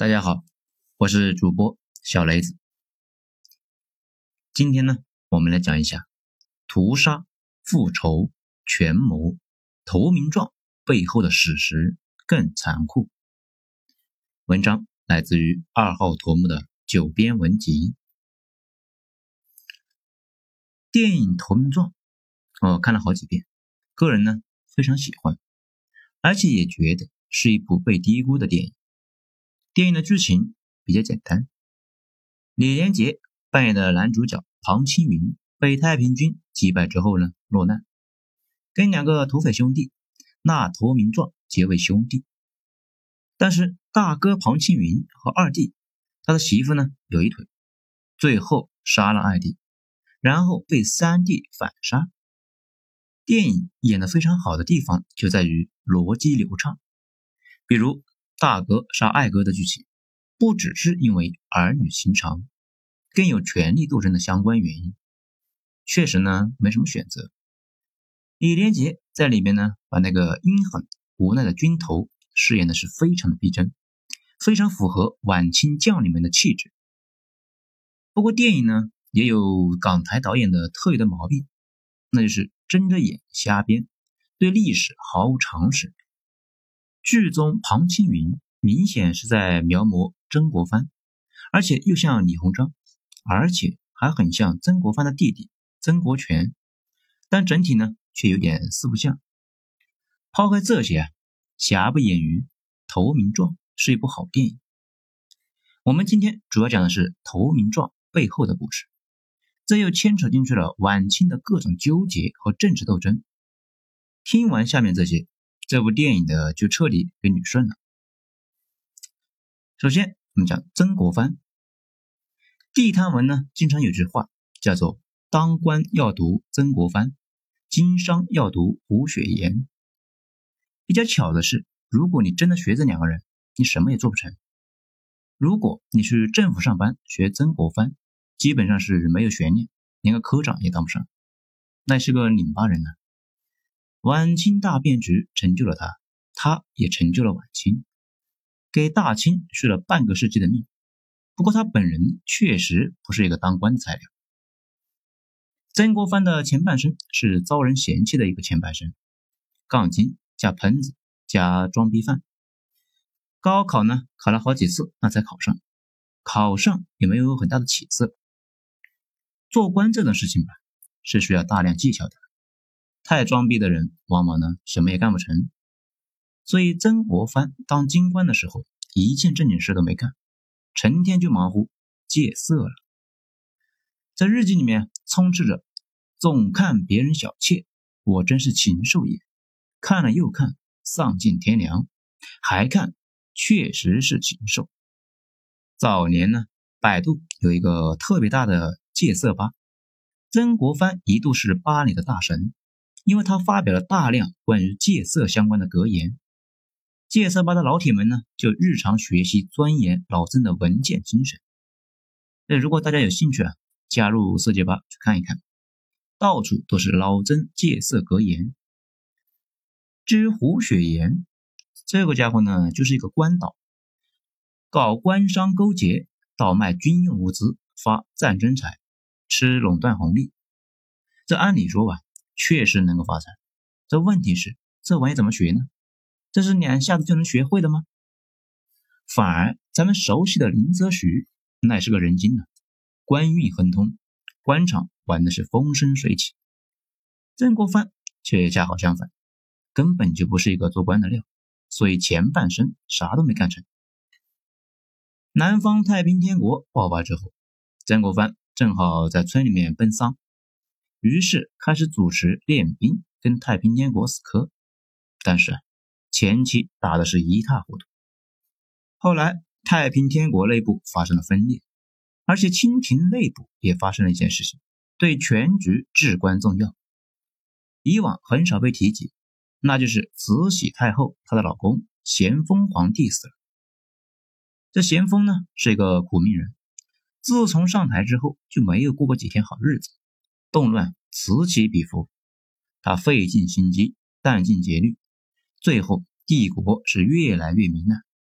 大家好，我是主播小雷子。今天呢，我们来讲一下屠杀、复仇、权谋、投名状背后的史实更残酷。文章来自于2号头目的九编文集。电影《投名状》我看了好几遍，个人呢非常喜欢，而且也觉得是一部被低估的电影。电影的剧情比较简单，李连杰扮演的男主角庞青云被太平军击败之后呢落难，跟2个土匪兄弟纳投名状结为兄弟。但是大哥庞青云和二弟他的媳妇呢有一腿，最后杀了二弟，然后被三弟反杀。电影演得非常好的地方就在于逻辑流畅，比如大哥杀二哥的剧情不只是因为儿女情长，更有权力斗争的相关原因。确实呢没什么选择，李连杰在里面呢把那个阴狠无奈的军头饰演的是非常的逼真，非常符合晚清将领们的气质。不过电影呢也有港台导演的特有的毛病，那就是睁着眼瞎编，对历史毫无常识。剧中庞青云明显是在描摹曾国藩，而且又像李鸿章，而且还很像曾国藩的弟弟曾国荃，但整体呢却有点四不像。抛开这些瑕不掩瑜，投名状是一部好电影。我们今天主要讲的是投名状背后的故事，这又牵扯进去了晚清的各种纠结和政治斗争。听完下面这些，这部电影的就彻底给捋顺了。首先我们讲曾国藩。地摊文呢经常有句话叫做当官要读曾国藩，经商要读胡雪岩。比较巧的是，如果你真的学这2个人，你什么也做不成。如果你去政府上班学曾国藩，基本上是没有悬念，连个科长也当不上，那是个拧巴人呢。晚清大变局成就了他，他也成就了晚清，给大清续了半个世纪的命。不过他本人确实不是一个当官的材料。曾国藩的前半生是遭人嫌弃的一个前半生，杠精加喷子加装逼犯。高考呢考了好几次那才考上，考上也没有很大的起色。做官这种事情吧，是需要大量技巧的，太装逼的人往往呢什么也干不成。所以曾国藩当京官的时候，一件正经事都没干，成天就忙乎戒色了。在日记里面充斥着总看别人小妾，我真是禽兽也，看了又看，丧尽天良，还看，确实是禽兽。早年呢，百度有一个特别大的戒色吧，曾国藩一度是吧里的大神，因为他发表了大量关于戒色相关的格言。戒色吧的老铁们呢，就日常学习钻研老曾的文件精神。如果大家有兴趣加入色戒吧去看一看，到处都是老曾戒色格言。至于胡雪岩这个家伙呢，就是一个官倒，搞官商勾结，倒卖军用物资，发战争财，吃垄断红利。这按理说确实能够发财，这问题是这玩意怎么学呢？这是2下子就能学会的吗？反而咱们熟悉的林则徐乃是个人精呢，官运亨通，官场玩的是风生水起。曾国藩却恰好相反，根本就不是一个做官的料，所以前半生啥都没干成。南方太平天国爆发之后，曾国藩正好在村里面奔丧，于是开始主持练兵跟太平天国死磕，但是前期打的是一塌糊涂。后来太平天国内部发生了分裂，而且清廷内部也发生了一件事情，对全局至关重要，以往很少被提及，那就是慈禧太后她的老公咸丰皇帝死了。这咸丰呢是一个苦命人，自从上台之后就没有过过几天好日子，动乱此起彼伏，他费尽心机，殚尽竭虑，最后帝国是越来越糜烂。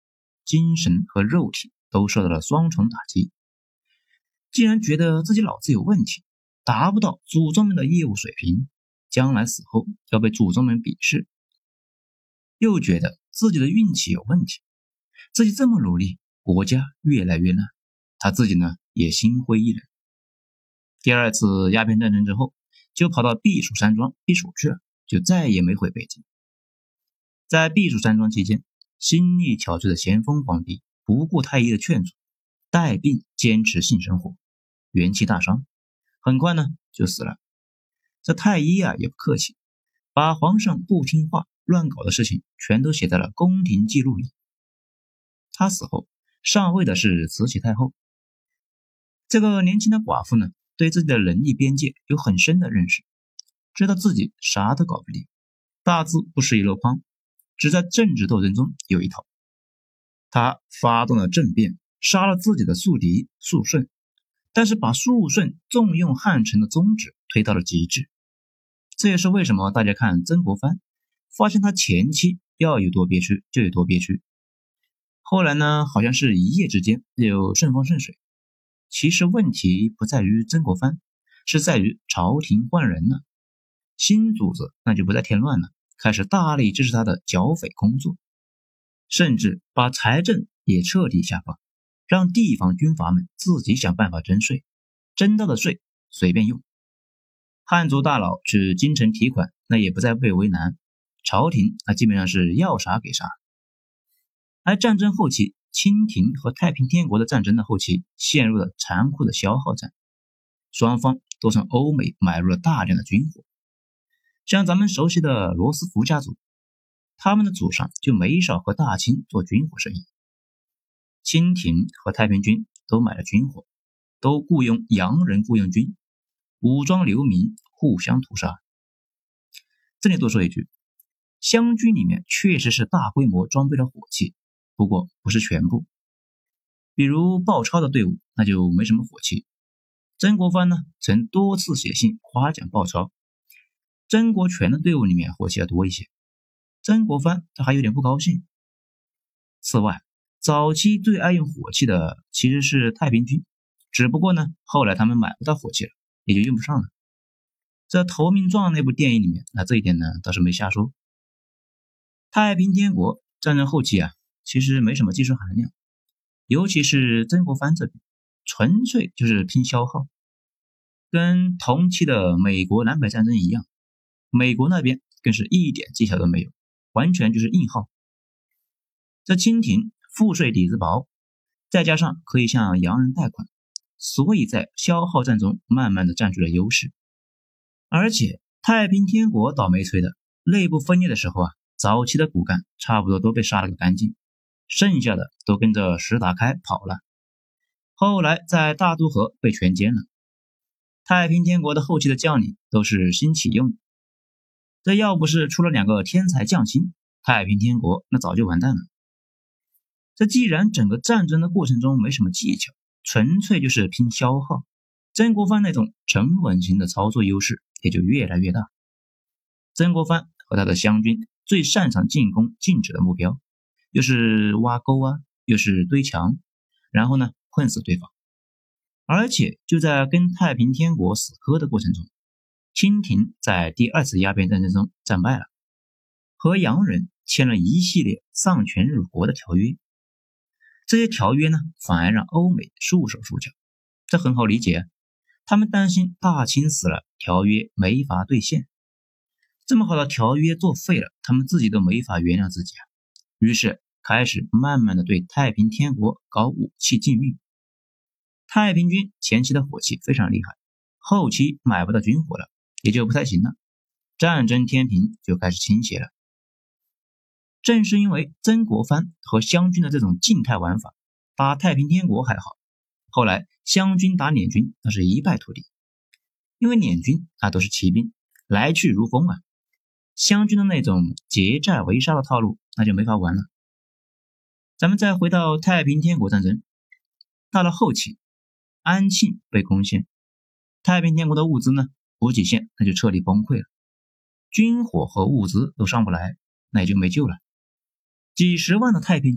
精神和肉体都受到了双重打击。既然觉得自己脑子有问题，达不到祖宗们的业务水平，将来死后要被祖宗们鄙视，又觉得自己的运气有问题，自己这么努力，国家越来越烂，他自己呢也心灰意冷。第二次鸦片战争之后，就跑到避暑山庄避暑去了，就再也没回北京。在避暑山庄期间，心力憔悴的咸丰皇帝不顾太医的劝阻，带病坚持性生活，元气大伤，很快呢就死了。这太医啊也不客气，把皇上不听话乱搞的事情全都写在了宫廷记录里。他死后上位的是慈禧太后。这个年轻的寡妇呢，对自己的能力边界有很深的认识，知道自己啥都搞不定，大字不识一箩筐，只在政治斗争中有一套。他发动了政变，杀了自己的宿敌肃顺，但是把肃顺重用汉臣的宗旨推到了极致。这也是为什么大家看曾国藩，发现他前期要有多憋屈就有多憋屈，后来呢好像是一夜之间就顺风顺水。其实问题不在于曾国藩，是在于朝廷换人了，新主子那就不再添乱了，开始大力支持他的剿匪工作，甚至把财政也彻底下放，让地方军阀们自己想办法征税，征到的税随便用。汉族大佬去京城提款，那也不再被为难，朝廷那基本上是要啥给啥。而战争后期，清廷和太平天国的战争的后期陷入了残酷的消耗战，双方都从欧美买入了大量的军火。像咱们熟悉的罗斯福家族，他们的祖上就没少和大清做军火生意。清廷和太平军都买了军火，都雇佣洋人雇佣军，武装流民，互相屠杀。这里多说一句，湘军里面确实是大规模装备了火器，不过不是全部。比如鲍超的队伍那就没什么火器。曾国藩呢曾多次写信夸奖鲍超，曾国荃的队伍里面火器要多一些，曾国藩他还有点不高兴。此外，早期最爱用火器的其实是太平军，只不过呢后来他们买不到火器了，也就用不上了。这《投名状》那部电影里面，那这一点呢倒是没瞎说。太平天国战争后期啊，其实没什么技术含量，尤其是曾国藩这边，纯粹就是拼消耗，跟同期的美国南北战争一样，美国那边更是一点技巧都没有，完全就是硬耗。这清廷赋税底子薄，再加上可以向洋人贷款，所以在消耗战中慢慢的占据了优势。而且太平天国倒霉催的，内部分裂的时候啊，早期的骨干差不多都被杀了个干净，剩下的都跟着石达开跑了，后来在大渡河被全歼了。太平天国的后期的将领都是新启用的，这要不是出了两个天才将星，太平天国那早就完蛋了。这既然整个战争的过程中没什么技巧，纯粹就是拼消耗，曾国藩那种沉稳型的操作优势也就越来越大。曾国藩和他的湘军最擅长进攻静止的目标，又是挖沟啊，又是堆墙，然后呢困死对方。而且就在跟太平天国死磕的过程中，清廷在第二次鸦片战争中战败了，和洋人签了一系列丧权辱国的条约。这些条约呢，反而让欧美束手束脚，这很好理解，他们担心大清死了，条约没法兑现。这么好的条约作废了，他们自己都没法原谅自己啊。于是开始慢慢的对太平天国搞武器禁运。太平军前期的火器非常厉害，后期买不到军火了，也就不太行了，战争天平就开始倾斜了。正是因为曾国藩和湘军的这种静态玩法，打太平天国还好，后来湘军打捻军那是一败涂地。因为捻军那都是骑兵，来去如风啊，湘军的那种劫寨围杀的套路那就没法玩了。咱们再回到太平天国战争，到了后期，安庆被攻陷，太平天国的物资呢，补给线那就彻底崩溃了，军火和物资都上不来，那也就没救了。几十万的太平军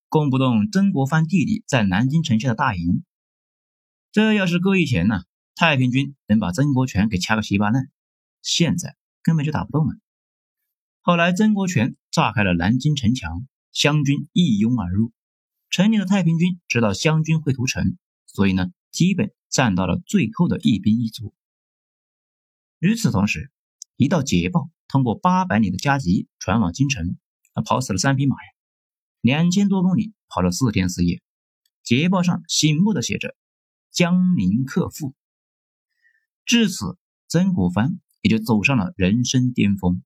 攻不动曾国藩弟弟在南京城下的大营。这要是搁以前呢，太平军能把曾国荃给掐个稀巴烂，现在根本就打不动了。后来曾国荃炸开了南京城墙，湘军一拥而入，城里的太平军知道湘军会屠城，所以呢，基本占到了最后的一兵一卒。与此同时，一道捷报通过800里的加急传往京城，跑死了3匹马呀，2000多公里跑了4天4夜。捷报上醒目的写着江宁克复。至此，曾国藩也就走上了人生巅峰。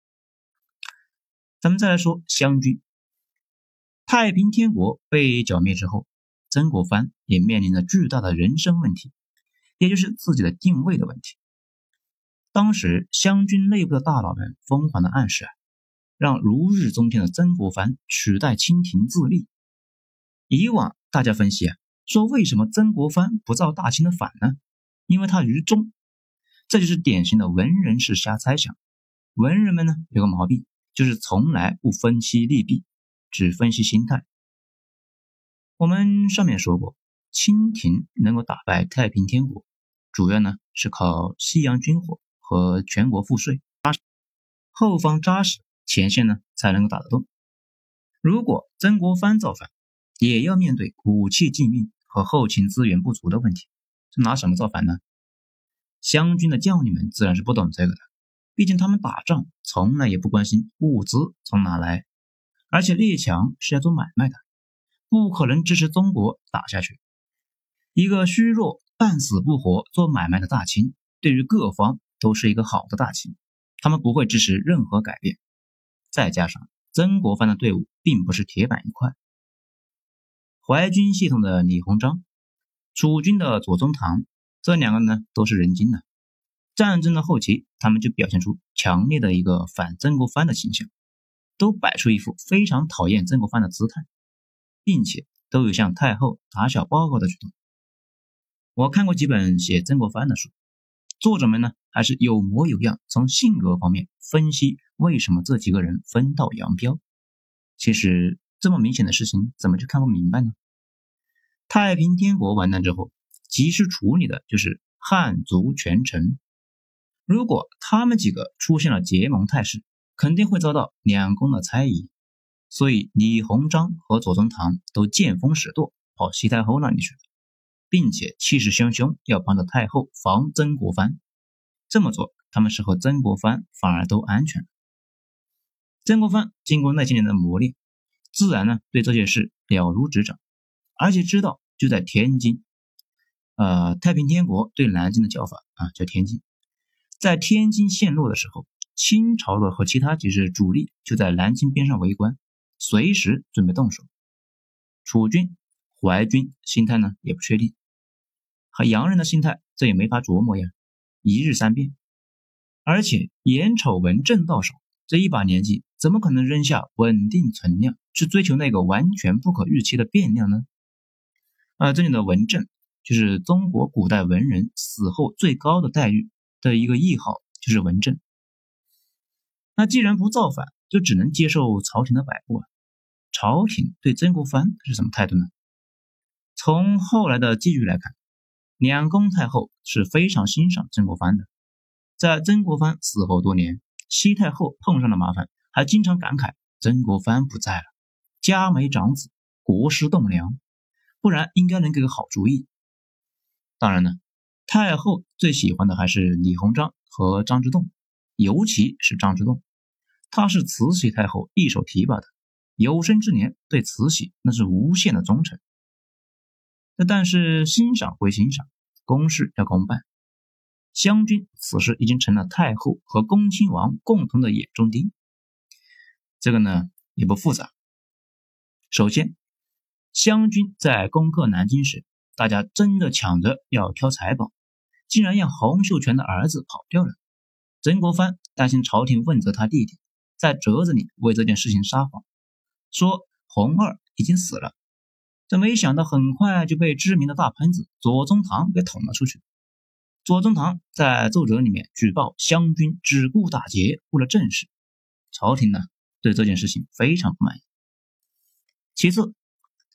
咱们再来说湘军。太平天国被剿灭之后，曾国藩也面临着巨大的人生问题，也就是自己的定位的问题。当时湘军内部的大佬们疯狂的暗示让如日中天的曾国藩取代清廷自立。以往大家分析说为什么曾国藩不造大清的反呢？因为他愚忠。这就是典型的文人式瞎猜想。文人们呢有个毛病，就是从来不分析利弊，只分析心态。我们上面说过，清廷能够打败太平天国，主要呢是靠西洋军火和全国赋税，后方扎实，前线呢才能够打得动。如果曾国藩造反，也要面对武器禁运和后勤资源不足的问题，这拿什么造反呢？湘军的将领们自然是不懂这个的，毕竟他们打仗从来也不关心物资从哪来，而且列强是要做买卖的，不可能支持中国打下去。一个虚弱半死不活做买卖的大清，对于各方都是一个好的大清，他们不会支持任何改变。再加上曾国藩的队伍并不是铁板一块，淮军系统的李鸿章，楚军的左宗棠，这两个呢都是人精的。战争的后期，他们就表现出强烈的一个反曾国藩的倾向，都摆出一副非常讨厌曾国藩的姿态，并且都有向太后打小报告的举动。我看过几本写曾国藩的书，作者们呢还是有模有样，从性格方面分析为什么这几个人分道扬镳。其实这么明显的事情怎么就看不明白呢？太平天国完蛋之后，及时处理的就是汉族权臣。如果他们几个出现了结盟态势，肯定会遭到两宫的猜疑，所以李鸿章和左宗棠都见风使舵，跑西太后那里去了，并且气势汹汹要帮着太后防曾国藩。这么做，他们是和曾国藩反而都安全了。曾国藩经过那些年的磨练，自然呢对这件事了如指掌，而且知道就在天津，太平天国对南京的叫法叫天津。在天津陷落的时候，清朝的和其他几支主力就在南京边上围观，随时准备动手。楚军、淮军心态呢也不确定，和洋人的心态这也没法琢磨呀，一日三变。而且眼瞅文正到手，这一把年纪怎么可能扔下稳定存量去追求那个完全不可预期的变量呢？这里的文正就是中国古代文人死后最高的待遇的一个谥号，就是文正。那既然不造反，就只能接受朝廷的摆布朝廷对曾国藩是什么态度呢？从后来的际遇来看，两宫太后是非常欣赏曾国藩的。在曾国藩死后多年，西太后碰上了麻烦，还经常感慨曾国藩不在了，家没长子，国失栋梁，不然应该能给个好主意。当然呢，太后最喜欢的还是李鸿章和张之洞，尤其是张之洞，他是慈禧太后一手提拔的，有生之年对慈禧那是无限的忠诚。但是欣赏归欣赏，公事要公办。湘军此时已经成了太后和恭亲王共同的眼中钉。这个呢也不复杂。首先，湘军在攻克南京时，大家争着抢着要挑财宝，竟然让洪秀全的儿子跑掉了。曾国藩担心朝廷问责他弟弟，在折子里为这件事情撒谎，说洪二已经死了。这没想到很快就被知名的大喷子左宗棠给捅了出去。左宗棠在奏折里面举报湘军只顾打劫，误了正事。朝廷呢对这件事情非常不满意。其次，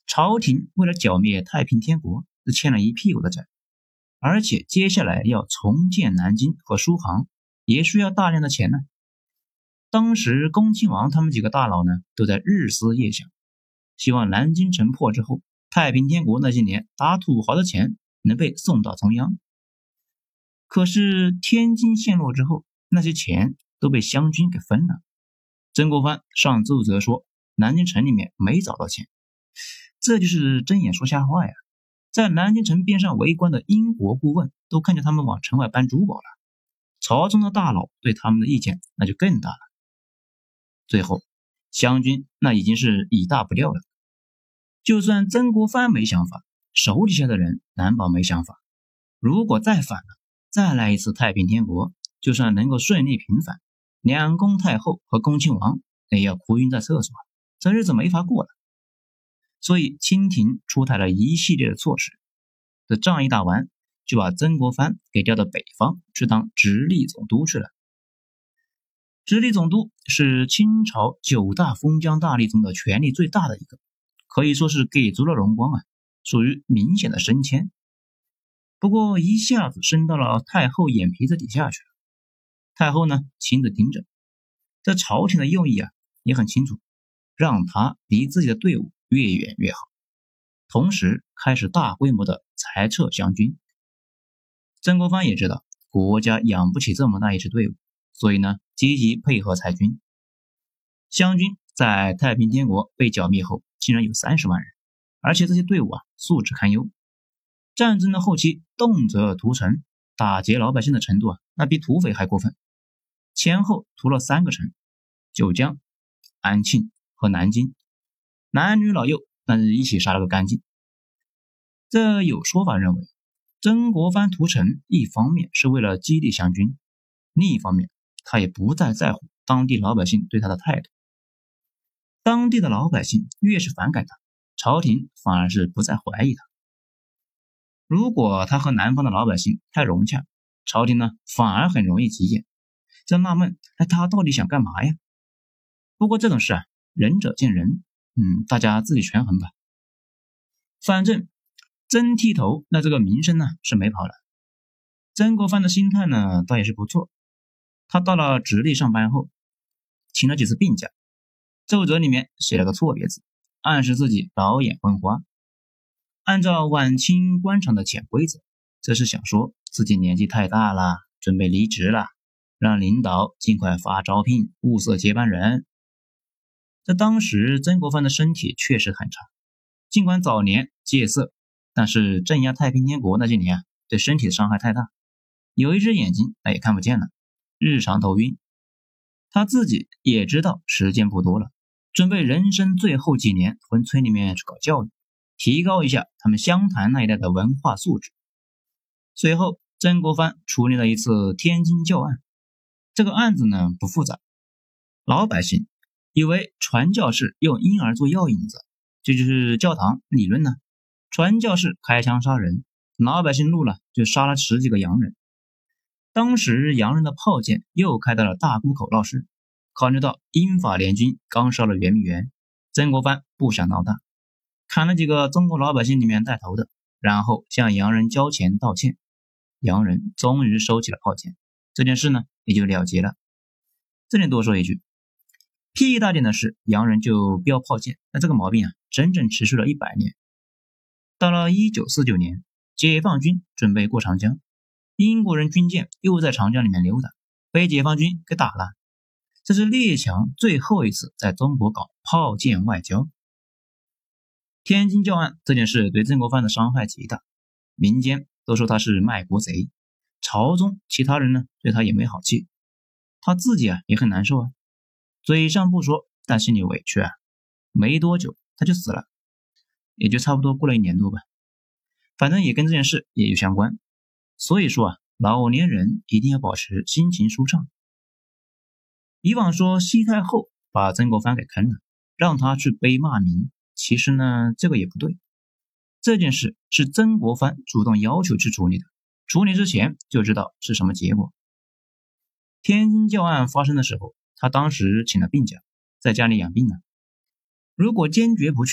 朝廷为了剿灭太平天国，是欠了一屁股的债，而且接下来要重建南京和苏杭，也需要大量的钱呢。当时恭亲王他们几个大佬呢，都在日思夜想，希望南京城破之后，太平天国那些年打土豪的钱能被送到中央。可是天津陷落之后，那些钱都被湘军给分了。曾国藩上奏折说南京城里面没找到钱，这就是睁眼说瞎话呀。在南京城边上围观的英国顾问都看见他们往城外搬珠宝了，朝中的大佬对他们的意见那就更大了。最后湘军那已经是以大不掉了，就算曾国藩没想法，手底下的人难保没想法。如果再反了，再来一次太平天国，就算能够顺利平反，两宫太后和恭亲王也要哭晕在厕所，这日子没法过了。所以清廷出台了一系列的措施，这仗一打完，就把曾国藩给调到北方去当直隶总督去了。直隶总督是清朝9大封疆大吏中的权力最大的一个，可以说是给足了荣光啊，属于明显的升迁。不过一下子升到了太后眼皮子底下去了。太后呢亲自盯着，这朝廷的用意啊也很清楚，让他离自己的队伍越远越好，同时开始大规模的裁撤湘军。曾国藩也知道国家养不起这么大一支队伍，所以呢积极配合裁军。湘军在太平天国被剿灭后竟然有30万人，而且这些队伍啊素质堪忧。战争的后期动辄屠城，打劫老百姓的程度啊那比土匪还过分。前后屠了3个城，九江、安庆和南京，男女老幼那是一起杀了个干净。这有说法认为，曾国藩屠城一方面是为了激励湘军，另一方面他也不再在乎当地老百姓对他的态度。当地的老百姓越是反感他，朝廷反而是不再怀疑他。如果他和南方的老百姓太融洽，朝廷呢反而很容易急眼，在纳闷他到底想干嘛呀？不过这种事啊，仁者见仁，大家自己权衡吧。反正曾剃头那这个名声呢是没跑了。曾国藩的心态呢倒也是不错，他到了直隶上班后，请了几次病假，奏折里面写了个错别字，暗示自己老眼昏花。按照晚清官场的潜规则，这是想说自己年纪太大了，准备离职了，让领导尽快发招聘，物色接班人。在当时曾国藩的身体确实很差，尽管早年戒色，但是镇压太平天国那些年对身体的伤害太大，有一只眼睛也看不见了，日常头晕。他自己也知道时间不多了，准备人生最后几年回村里面去搞教育，提高一下他们湘潭那一带的文化素质。随后曾国藩处理了一次天津教案，这个案子呢不复杂，老百姓以为传教士用婴儿做药引子，这就是教堂理论呢。传教士开枪杀人，老百姓怒了就杀了10几个洋人。当时洋人的炮舰又开到了大沽口闹事，考虑到英法联军刚烧了圆明园，曾国藩不想闹大，砍了几个中国老百姓里面带头的，然后向洋人交钱道歉。洋人终于收起了炮舰，这件事呢也就了结了。这里多说一句，屁大点的事洋人就标炮舰，那这个毛病啊真正持续了100年。到了1949年，解放军准备过长江，英国人军舰又在长江里面溜达，被解放军给打了。这是列强最后一次在中国搞炮舰外交。天津教案这件事对曾国藩的伤害极大，民间都说他是卖国贼，朝中其他人呢对他也没好气，他自己也很难受啊，嘴上不说，但心里委屈啊。没多久他就死了，也就差不多过了1年多吧，反正也跟这件事也有相关。所以说老年人一定要保持心情舒畅。以往说西太后把曾国藩给坑了，让他去背骂名，其实呢这个也不对。这件事是曾国藩主动要求去处理的，处理之前就知道是什么结果。天津教案发生的时候，他当时请了病假，在家里养病呢。如果坚决不去，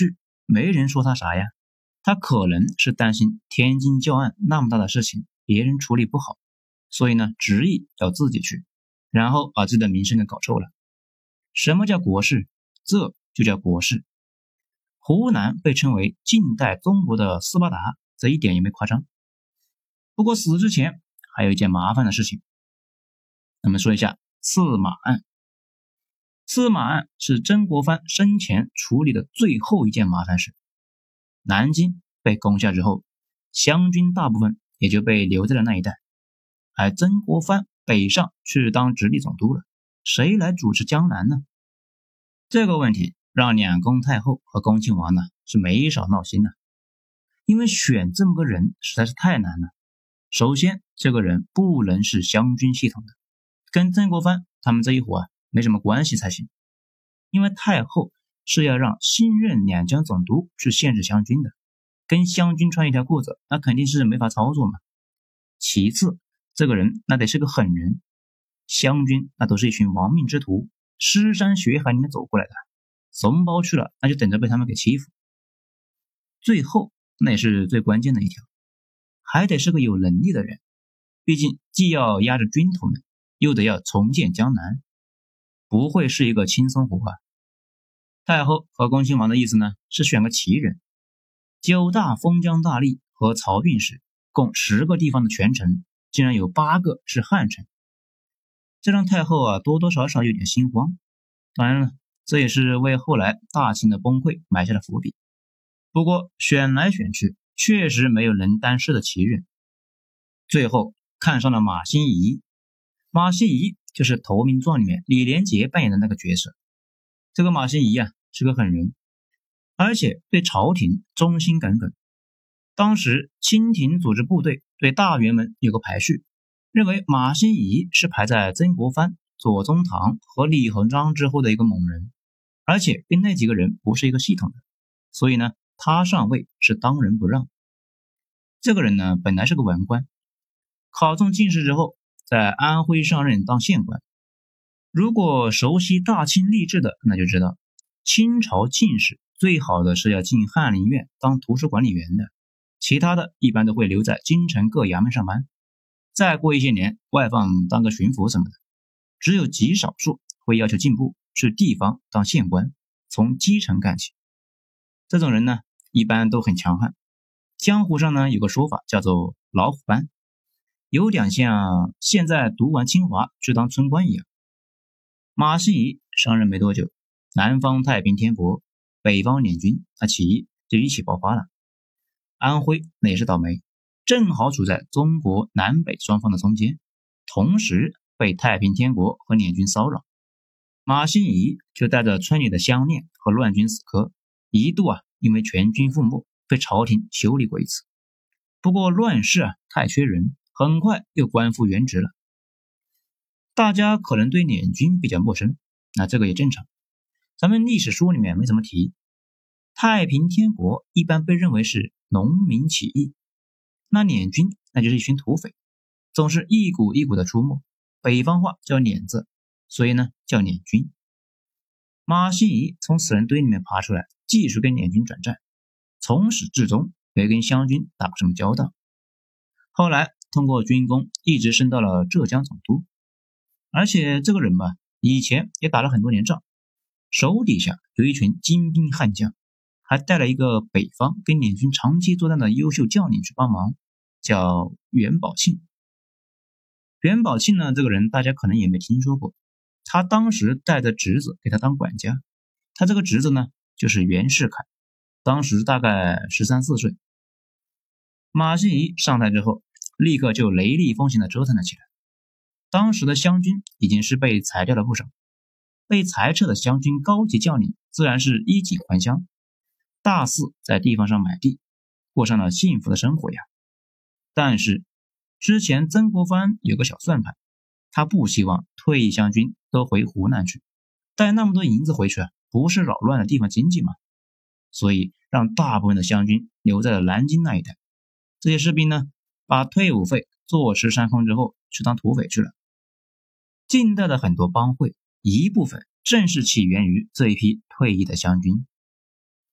没人说他啥呀，他可能是担心天津教案那么大的事情别人处理不好，所以呢执意要自己去，然后把自己的名声给搞臭了。什么叫国事？这就叫国事。湖南被称为近代中国的斯巴达，这一点也没夸张。不过死之前还有一件麻烦的事情，我们说一下刺马案。刺马案是曾国藩生前处理的最后一件麻烦事。南京被攻下之后，湘军大部分也就被留在了那一带，而曾国藩北上去当直隶总督了，谁来主持江南呢？这个问题让两宫太后和恭亲王呢是没少闹心的，因为选这么个人实在是太难了。首先，这个人不能是湘军系统的，跟曾国藩他们这一伙没什么关系才行。因为太后是要让新任两江总督去限制湘军的，跟湘军穿一条裤子，那肯定是没法操作嘛。其次，这个人那得是个狠人，湘军那都是一群亡命之徒，尸山血海里面走过来的，怂包去了那就等着被他们给欺负。最后，那也是最关键的一条，还得是个有能力的人，毕竟既要压着军头们，又得要重建江南，不会是一个轻松活啊。太后和恭亲王的意思呢，是选个奇人。9大封疆大吏和漕运使共10个地方的权臣，竟然有8个是汉臣，这让太后多多少少有点心慌。当然了，这也是为后来大清的崩溃埋下了伏笔。不过选来选去，确实没有能担事的奇人。最后看上了马新贻。马新贻就是《投名状》里面李连杰扮演的那个角色。这个马新贻是个狠人，而且对朝廷忠心耿耿。当时清廷组织部队对大员们有个排序，认为马新贻是排在曾国藩、左宗棠和李鸿章之后的一个猛人，而且跟那几个人不是一个系统的，所以呢他上位是当仁不让。这个人呢本来是个文官，考中进士之后在安徽上任当县官。如果熟悉大清历制的，那就知道清朝进士最好的是要进翰林院当图书管理员的，其他的一般都会留在京城各衙门上班，再过一些年外放当个巡抚什么的。只有极少数会要求进步去地方当县官，从基层干起。这种人呢一般都很强悍，江湖上呢有个说法叫做老虎班，有点像现在读完清华去当村官一样。马新贻上任没多久，南方太平天国，北方联军起义就一起爆发了。安徽那也是倒霉，正好处在中国南北双方的中间，同时被太平天国和联军骚扰。马新贻就带着村里的乡恋和乱军死磕，一度因为全军覆没被朝廷修理过一次。不过乱世太缺人，很快又官复原职了。大家可能对联军比较陌生，那这个也正常，咱们历史书里面没怎么提。太平天国一般被认为是农民起义，那联军那就是一群土匪，总是一股一股的出没，北方话叫捻子，所以呢叫联军。马新贻从死人堆里面爬出来，继续跟联军转战，从始至终没跟湘军打过什么交道。后来通过军功一直升到了浙江总督，而且这个人以前也打了很多年仗，手底下有一群精兵悍将，还带了一个北方跟联军长期作战的优秀将领去帮忙，叫袁宝庆。袁宝庆呢，这个人大家可能也没听说过，他当时带着侄子给他当管家，他这个侄子呢就是袁世凯，当时大概13、14岁。马新贻上台之后，立刻就雷厉风行的折腾了起来。当时的湘军已经是被裁掉了不少，被裁撤的湘军高级将领自然是衣锦还乡，大肆在地方上买地，过上了幸福的生活呀。但是之前曾国藩有个小算盘，他不希望退役湘军都回湖南去，带那么多银子回去不是扰乱了地方经济吗？所以让大部分的湘军留在了南京那一带。这些士兵呢，把退伍费坐吃山空之后去当土匪去了。近代的很多帮会，一部分正是起源于这一批退役的湘军。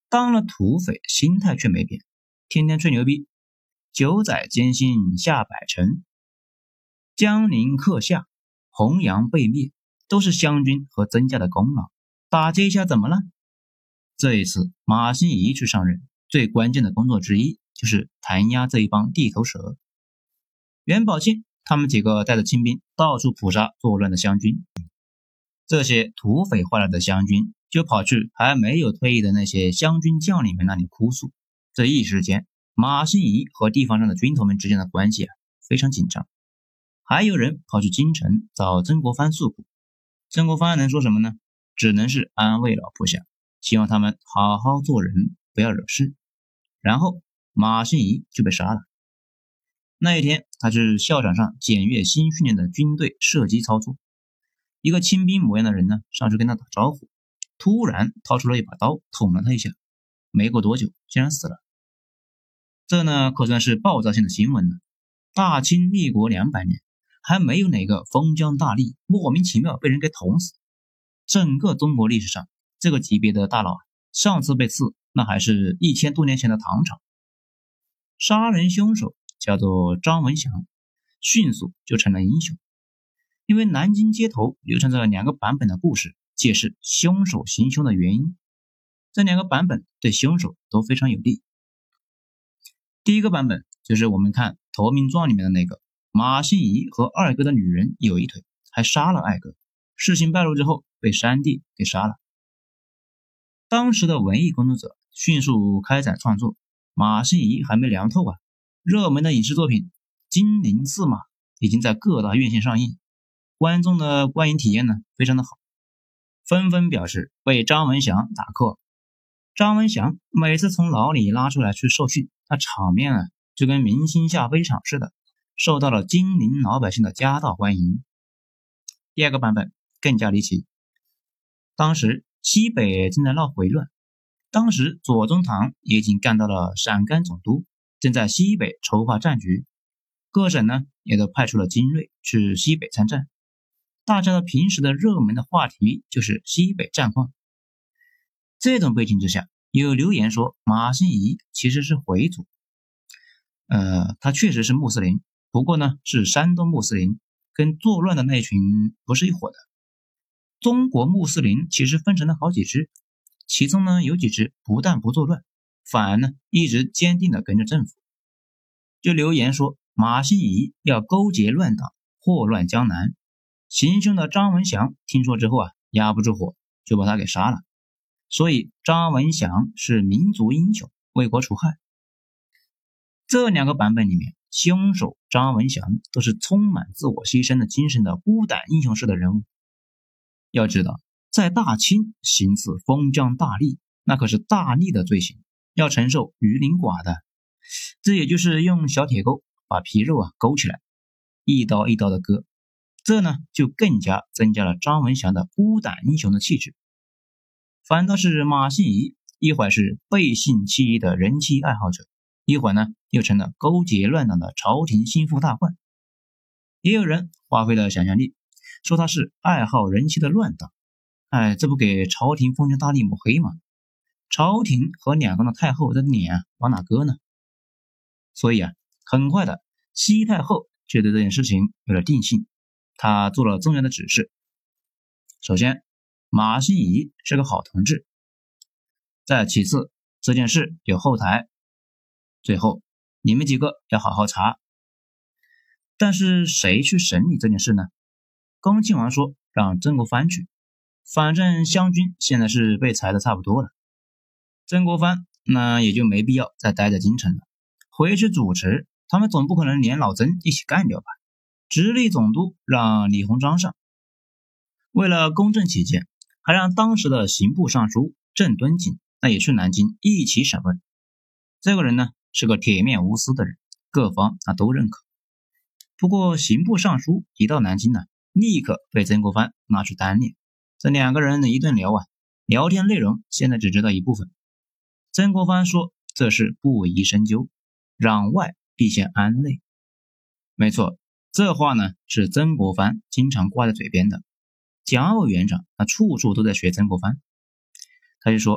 当了土匪，心态却没变，天天吹牛逼，九载艰辛下百城，江宁克夏，洪阳被灭，都是湘军和曾家的功劳。打这一下怎么了？这一次马新贻去上任，最关键的工作之一就是弹压这一帮地头蛇。袁宝庆他们几个带着清兵到处捕杀作乱的湘军，这些土匪化了的湘军就跑去还没有退役的那些湘军将领们那里哭诉。这一时间，马新贻和地方上的军头们之间的关系非常紧张。还有人跑去京城找曾国藩诉苦，曾国藩能说什么呢？只能是安慰老部下，希望他们好好做人，不要惹事。然后马新贻就被杀了。那一天，他是校场上检阅新训练的军队射击操作，一个亲兵模样的人呢，上去跟他打招呼，突然掏出了一把刀捅了他一下，没过多久竟然死了。这呢可算是爆炸性的新闻了。大清立国200年，还没有哪个封疆大吏莫名其妙被人给捅死。整个中国历史上，这个级别的大佬上次被刺，那还是1000多年前的唐朝。杀人凶手叫做张文祥，迅速就成了英雄。因为南京街头流传着2个版本的故事，解释凶手行凶的原因。这2个版本对凶手都非常有利。第一个版本就是我们看《投名状》里面的那个，马新贻和二哥的女人有一腿，还杀了二哥。事情败露之后，被山地给杀了。当时的文艺工作者迅速开展创作，马新贻还没凉透啊，热门的影视作品《金陵四马》已经在各大院线上映，观众的观影体验呢非常的好，纷纷表示为张文祥打 call。张文祥每次从牢里拉出来去受训，那场面就跟明星下飞场似的，受到了金陵老百姓的夹道欢迎。第二个版本更加离奇，当时西北正在闹回乱，当时左宗棠也已经干到了陕甘总督，正在西北筹划战局，各省呢也都派出了精锐去西北参战，大家的平时的热门的话题就是西北战况。这种背景之下，有流言说马新贻其实是回族，他确实是穆斯林，不过呢是山东穆斯林，跟作乱的那群不是一伙的。中国穆斯林其实分成了好几支，其中呢有几支不但不作乱，反而呢一直坚定的跟着政府。就流言说马新贻要勾结乱党，祸乱江南。行凶的张文祥听说之后压不住火，就把他给杀了。所以张文祥是民族英雄，为国除害。这2个版本里面，凶手张文祥都是充满自我牺牲的精神的孤胆英雄式的人物。要知道，在大清行刺封疆大吏，那可是大逆的罪行，要承受鱼鳞剐的。这也就是用小铁钩把皮肉勾起来，一刀一刀的割。这呢就更加增加了张文祥的孤胆英雄的气质。反倒是马新贻，一会儿是背信弃义的人妻爱好者，一会儿呢又成了勾结乱党的朝廷心腹大患。也有人发挥了想象力，说他是爱好人妻的乱党。这不给朝廷封疆大吏抹黑吗？朝廷和两宫的太后的脸往哪搁呢？所以很快的，西太后就对这件事情有了定性，他做了重要的指示。首先，马新贻是个好同志，再其次，这件事有后台，最后你们几个要好好查。但是谁去审理这件事呢？恭亲王说让曾国藩去，反正湘军现在是被裁的差不多了，曾国藩那也就没必要再待在京城了，回去主持，他们总不可能连老曾一起干掉吧。直隶总督让李鸿章上，为了公正起见，还让当时的刑部尚书郑敦锦那也去南京一起审问。这个人呢是个铁面无私的人，各方都认可。不过刑部尚书一到南京呢，立刻被曾国藩拿去单练。这2个人一顿聊聊天内容现在只知道一部分。曾国藩说这事不宜深究，攘外必先安内。没错，这话呢是曾国藩经常挂在嘴边的。蒋委员长处处都在学曾国藩。他就说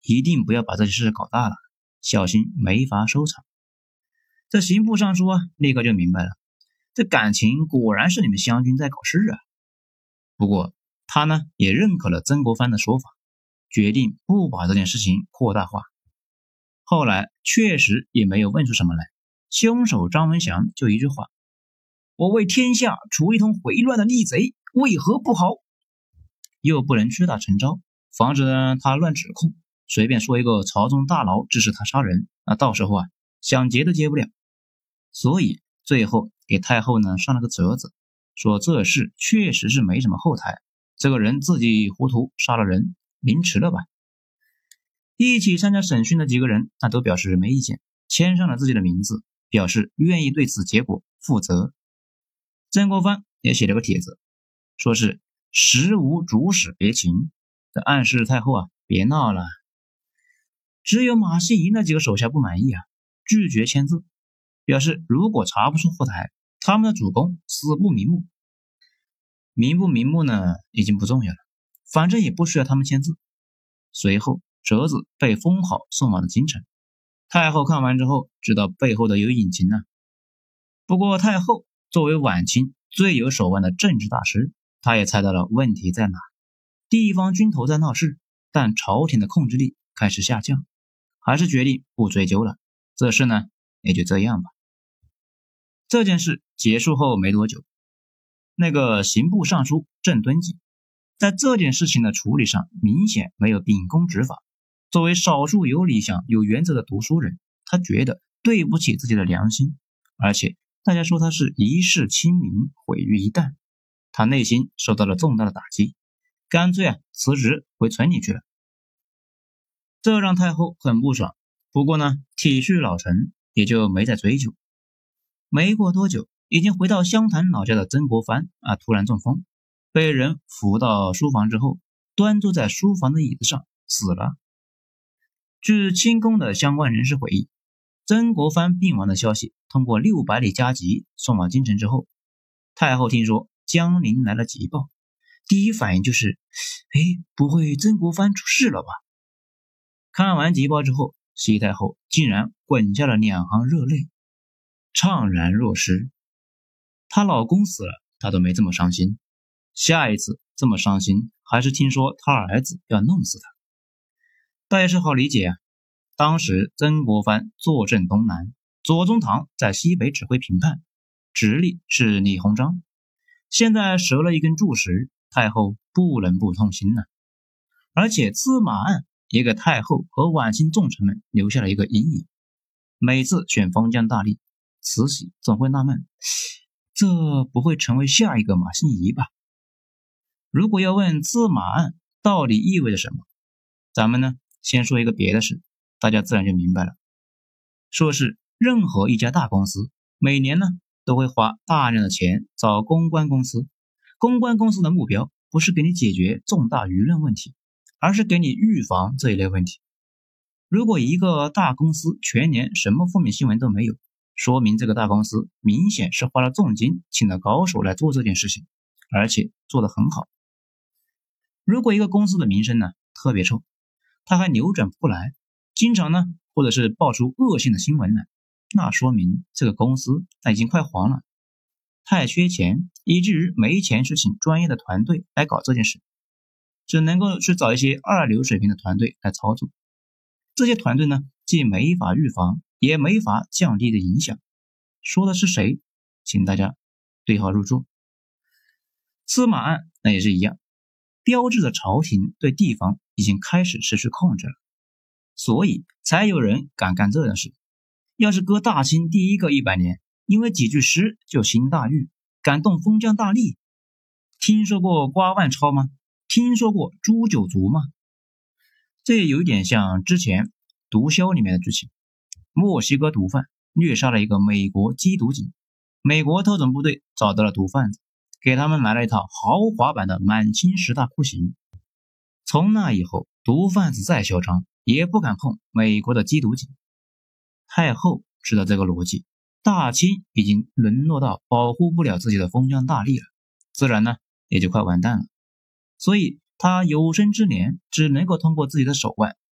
一定不要把这些事搞大了，小心没法收场。这刑部尚书啊，立刻就明白了，这感情果然是你们湘军在搞事啊。不过他呢也认可了曾国藩的说法，决定不把这件事情扩大化。后来确实也没有问出什么来，凶手张文祥就一句话：我为天下除一通回乱的逆贼，为何不好？又不能屈打成招，防止他乱指控，随便说一个朝中大佬指使他杀人，那到时候啊想劫都劫不了。所以最后给太后呢上了个折子，说这事确实是没什么后台，这个人自己糊涂杀了人，凌迟了吧。一起参加审讯的几个人那都表示没意见，签上了自己的名字，表示愿意对此结果负责。曾国藩也写了个帖子，说是实无主使别情，这暗示太后啊别闹了。只有马希夷那几个手下不满意啊，拒绝签字，表示如果查不出后台，他们的主公死不瞑目。瞑不瞑目呢已经不重要了，反正也不需要他们签字。随后折子被封好送往了京城，太后看完之后知道背后的有隐情啊。不过太后作为晚清最有手腕的政治大师，她也猜到了问题在哪。地方军头在闹事，但朝廷的控制力开始下降，还是决定不追究了，这事呢也就这样吧。这件事结束后没多久，那个刑部尚书郑敦吉在这件事情的处理上明显没有秉公执法。作为少数有理想有原则的读书人，他觉得对不起自己的良心，而且大家说他是一世清明毁于一旦，他内心受到了重大的打击，干脆辞职回村里去了。这让太后很不爽，不过呢体恤老臣，也就没再追究。没过多久，已经回到湘潭老家的曾国藩突然中风，被人扶到书房之后，端坐在书房的椅子上死了。据清宫的相关人士回忆，曾国藩病亡的消息通过600里加急送往京城之后，太后听说江陵来了急报，第一反应就是不会曾国藩出事了吧。看完急报之后，西太后竟然滚下了2行热泪，怅然若失。她老公死了，她都没这么伤心，下一次这么伤心还是听说她儿子要弄死她。但也是好理解啊，当时曾国藩坐镇东南，左宗棠在西北指挥平叛，直隶是李鸿章，现在折了一根柱石，太后不能不痛心呢。而且司马案也给太后和晚清重臣们留下了一个阴影，每次选封疆大吏，慈禧总会纳闷，这不会成为下一个马新贻吧？如果要问司马案到底意味着什么，咱们呢先说一个别的事，大家自然就明白了。说是任何一家大公司每年呢都会花大量的钱找公关公司，公关公司的目标不是给你解决重大舆论问题，而是给你预防这一类问题。如果一个大公司全年什么负面新闻都没有，说明这个大公司明显是花了重金请了高手来做这件事情，而且做得很好。如果一个公司的名声呢特别臭，他还扭转不过来，经常呢或者是爆出恶性的新闻来，那说明这个公司已经快黄了，太缺钱，以至于没钱去请专业的团队来搞这件事，只能够去找一些二流水平的团队来操作。这些团队呢既没法预防，也没法降低的影响。说的是谁？请大家对号入座。司马案那也是一样，标志着朝廷对地方已经开始失去控制了，所以才有人敢干这样事。要是搁大清第一个100年，因为几句诗就兴大狱，感动封疆大吏，听说过瓜万超吗？听说过诛九族吗？这也有一点像之前毒枭里面的剧情，墨西哥毒贩虐杀了一个美国缉毒警，美国特种部队找到了毒贩子，给他们买了一套豪华版的满清10大酷刑。从那以后，毒贩子再嚣张也不敢碰美国的缉毒警。太后知道这个逻辑，大清已经沦落到保护不了自己的封疆大吏了，自然呢也就快完蛋了。所以他有生之年只能够通过自己的手腕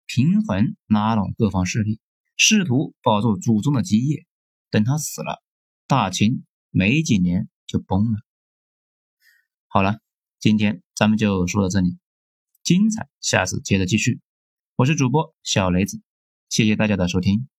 平衡拉拢各方势力，试图保住祖宗的基业。等他死了，大秦没几年就崩了。好了，今天咱们就说到这里，精彩下次接着继续。我是主播小雷子，谢谢大家的收听。